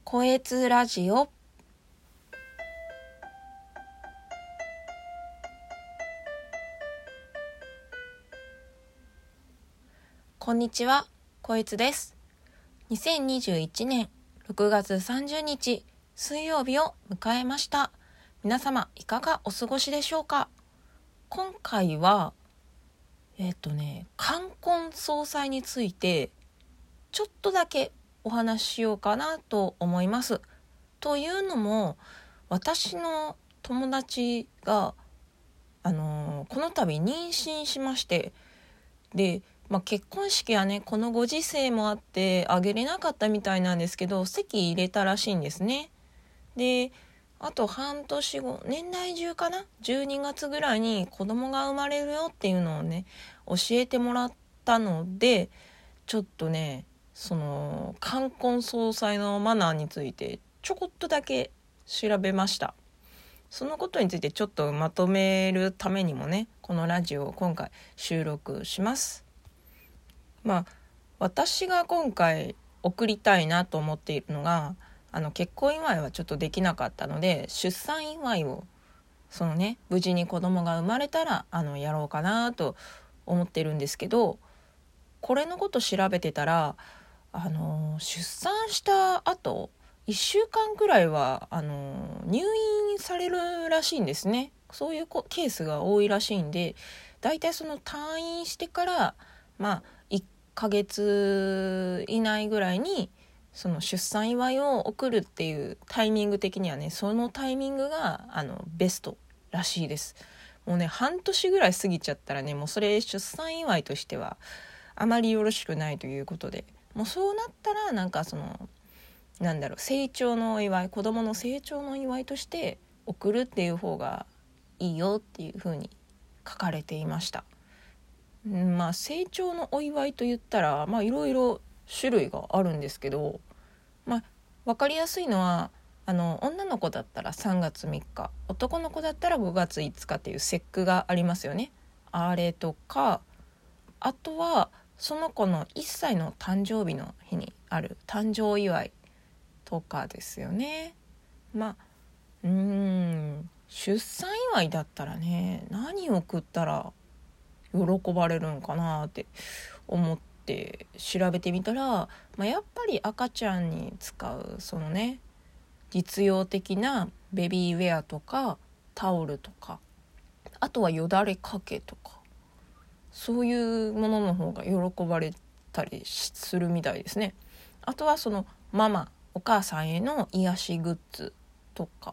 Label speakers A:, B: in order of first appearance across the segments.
A: こえつラジオ。こんにちは、こえつです。2021年6月30日水曜日を迎えました。皆様いかがお過ごしでしょうか。今回は冠婚葬祭についてちょっとだけお話ししようかなと思います。というのも、私の友達がこの度妊娠しまして、で、結婚式はね、このご時世もあって挙げれなかったみたいなんですけど、籍入れたらしいんですね。で、あと半年後、年内中かな、12月ぐらいに子供が生まれるよっていうのをね、教えてもらったので、ちょっとね、その冠婚葬祭のマナーについてちょこっとだけ調べました。そのことについてちょっとまとめるためにもね、このラジオを今回収録します。私が今回送りたいなと思っているのが、結婚祝いはちょっとできなかったので、出産祝いを無事に子供が生まれたらやろうかなと思ってるんですけど、これのこと調べてたら、出産した後1週間くらいは入院されるらしいんですね。そういうケースが多いらしいんで、だいたいその退院してから1ヶ月以内ぐらいにその出産祝いを送るっていうタイミング的にはね、そのタイミングがベストらしいです。もうね、半年ぐらい過ぎちゃったらね、もうそれ出産祝いとしてはあまりよろしくないということで、もうそうなったら成長のお祝い、子供の成長のお祝いとして送るっていう方がいいよっていう風に書かれていました。成長のお祝いと言ったらいろいろ種類があるんですけど、分かりやすいのは女の子だったら3月3日、男の子だったら5月5日っていう節句がありますよね。あれとか、あとはその子の1歳の誕生日の日にある誕生祝いとかですよね。出産祝いだったらね、何を送ったら喜ばれるんかなって思って調べてみたら、やっぱり赤ちゃんに使う実用的なベビーウェアとかタオルとか、あとはよだれかけとか、そういうものの方が喜ばれたりするみたいですね。あとはお母さんへの癒しグッズとか、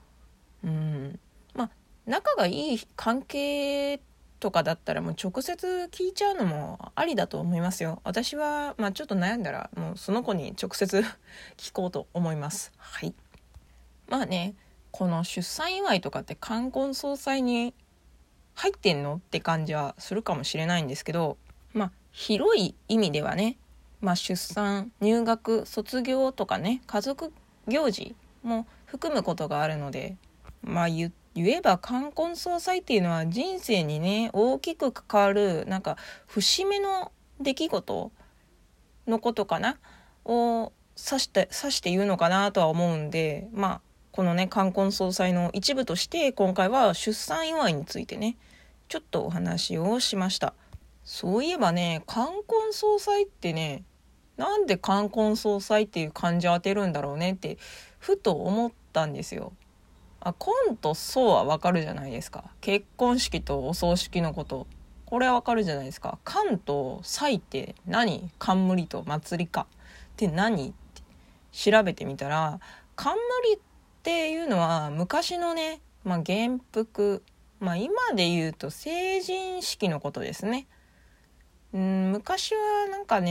A: 仲がいい関係とかだったらもう直接聞いちゃうのもありだと思いますよ。私はちょっと悩んだらもうその子に直接聞こうと思います。はい。この出産祝いとかって冠婚葬祭に入ってんのって感じはするかもしれないんですけど、広い意味ではね、出産、入学、卒業とかね、家族行事も含むことがあるので、言えば冠婚葬祭っていうのは人生にね、大きく関わる節目の出来事のことかなを指して言うのかなとは思うんで、このね、冠婚葬祭の一部として今回は出産祝いについてね、ちょっとお話をしました。そういえばね、冠婚葬祭ってね、なんで冠婚葬祭っていう漢字を当てるんだろうねってふと思ったんですよ。婚と葬はわかるじゃないですか。結婚式とお葬式のこと、これはわかるじゃないですか。冠と祭って何？冠と祭りかって何って調べてみたら、冠っていうのは昔のね、元服、今で言うと成人式のことですね。昔は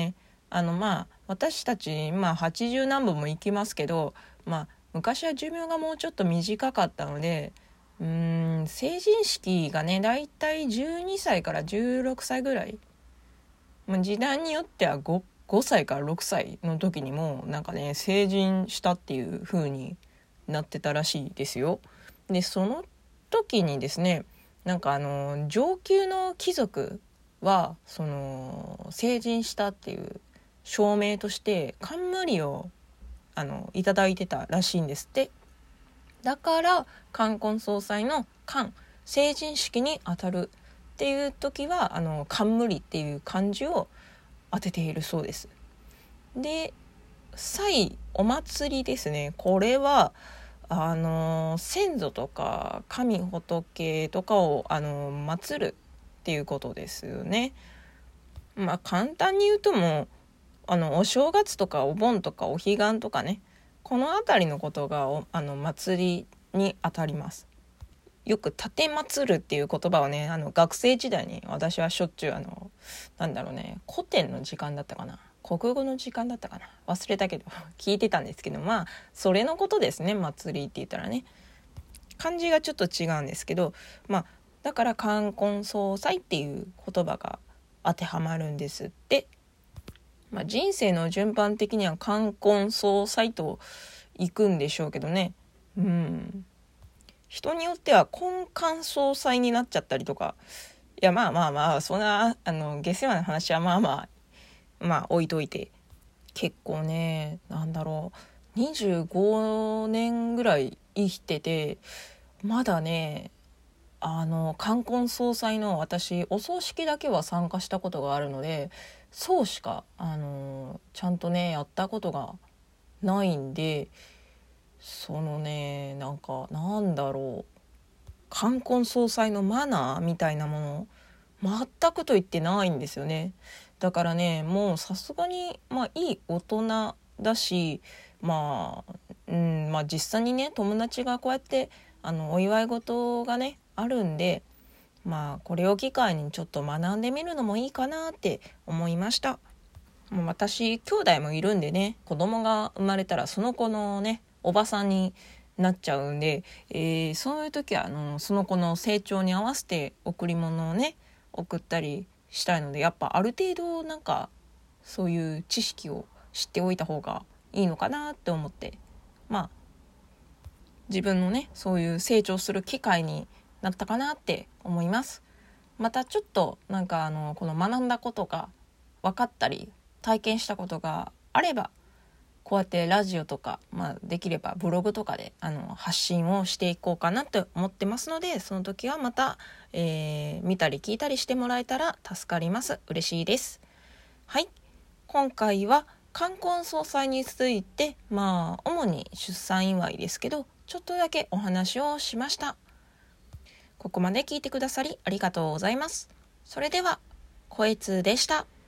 A: 私たち80何本も生きますけど、昔は寿命がもうちょっと短かったので、成人式がね、だいたい12歳から16歳ぐらい、時代によっては 5歳から6歳の時にも成人したっていう風になってたらしいですよ。で、その時にですね、上級の貴族は成人したっていう証明として冠をいただいてたらしいんですって。だから冠婚葬祭の冠、成人式にあたるっていう時は冠っていう漢字を当てているそうです。で、祭、お祭りですね。これは先祖とか神仏とかを祀るっていうことですよね。まあ簡単に言うともうお正月とかお盆とかお彼岸とかね、この辺りのことが祭りにあたります。よく立て祭るっていう言葉をね、学生時代に私はしょっちゅう古典の時間だったかな、国語の時間だったかな、忘れたけど聞いてたんですけど、まあそれのことですね。祭りって言ったらね、漢字がちょっと違うんですけど、まあだから冠婚葬祭っていう言葉が当てはまるんですって。まあ、人生の順番的には冠婚葬祭と行くんでしょうけどね。人によっては婚冠葬祭になっちゃったりとか、いやまあそんな下世話な話はまあ置いといて、結構ね、25年ぐらい生きててまだね、冠婚葬祭の私お葬式だけは参加したことがあるので、そうしかちゃんとねやったことがないんで、そのね冠婚葬祭のマナーみたいなもの全くと言ってないんですよね。だからね、もうさすがにいい大人だし、実際にね友達がこうやってお祝い事がねあるんで、これを機会にちょっと学んでみるのもいいかなって思いました。もう私兄弟もいるんでね、子供が生まれたらその子のねおばさんになっちゃうんで、そういう時はその子の成長に合わせて贈り物をね送ったりしたいので、やっぱある程度そういう知識を知っておいた方がいいのかなって思って、自分のねそういう成長する機会になったかなって思います。またちょっとこの学んだことが分かったり体験したことがあれば、こうやってラジオとか、できればブログとかで発信をしていこうかなと思ってますので、その時はまた、見たり聞いたりしてもらえたら助かります。嬉しいです。はい、今回は冠婚葬祭について、主に出産祝いですけどちょっとだけお話をしました。ここまで聞いてくださりありがとうございます。それでは、こえつでした。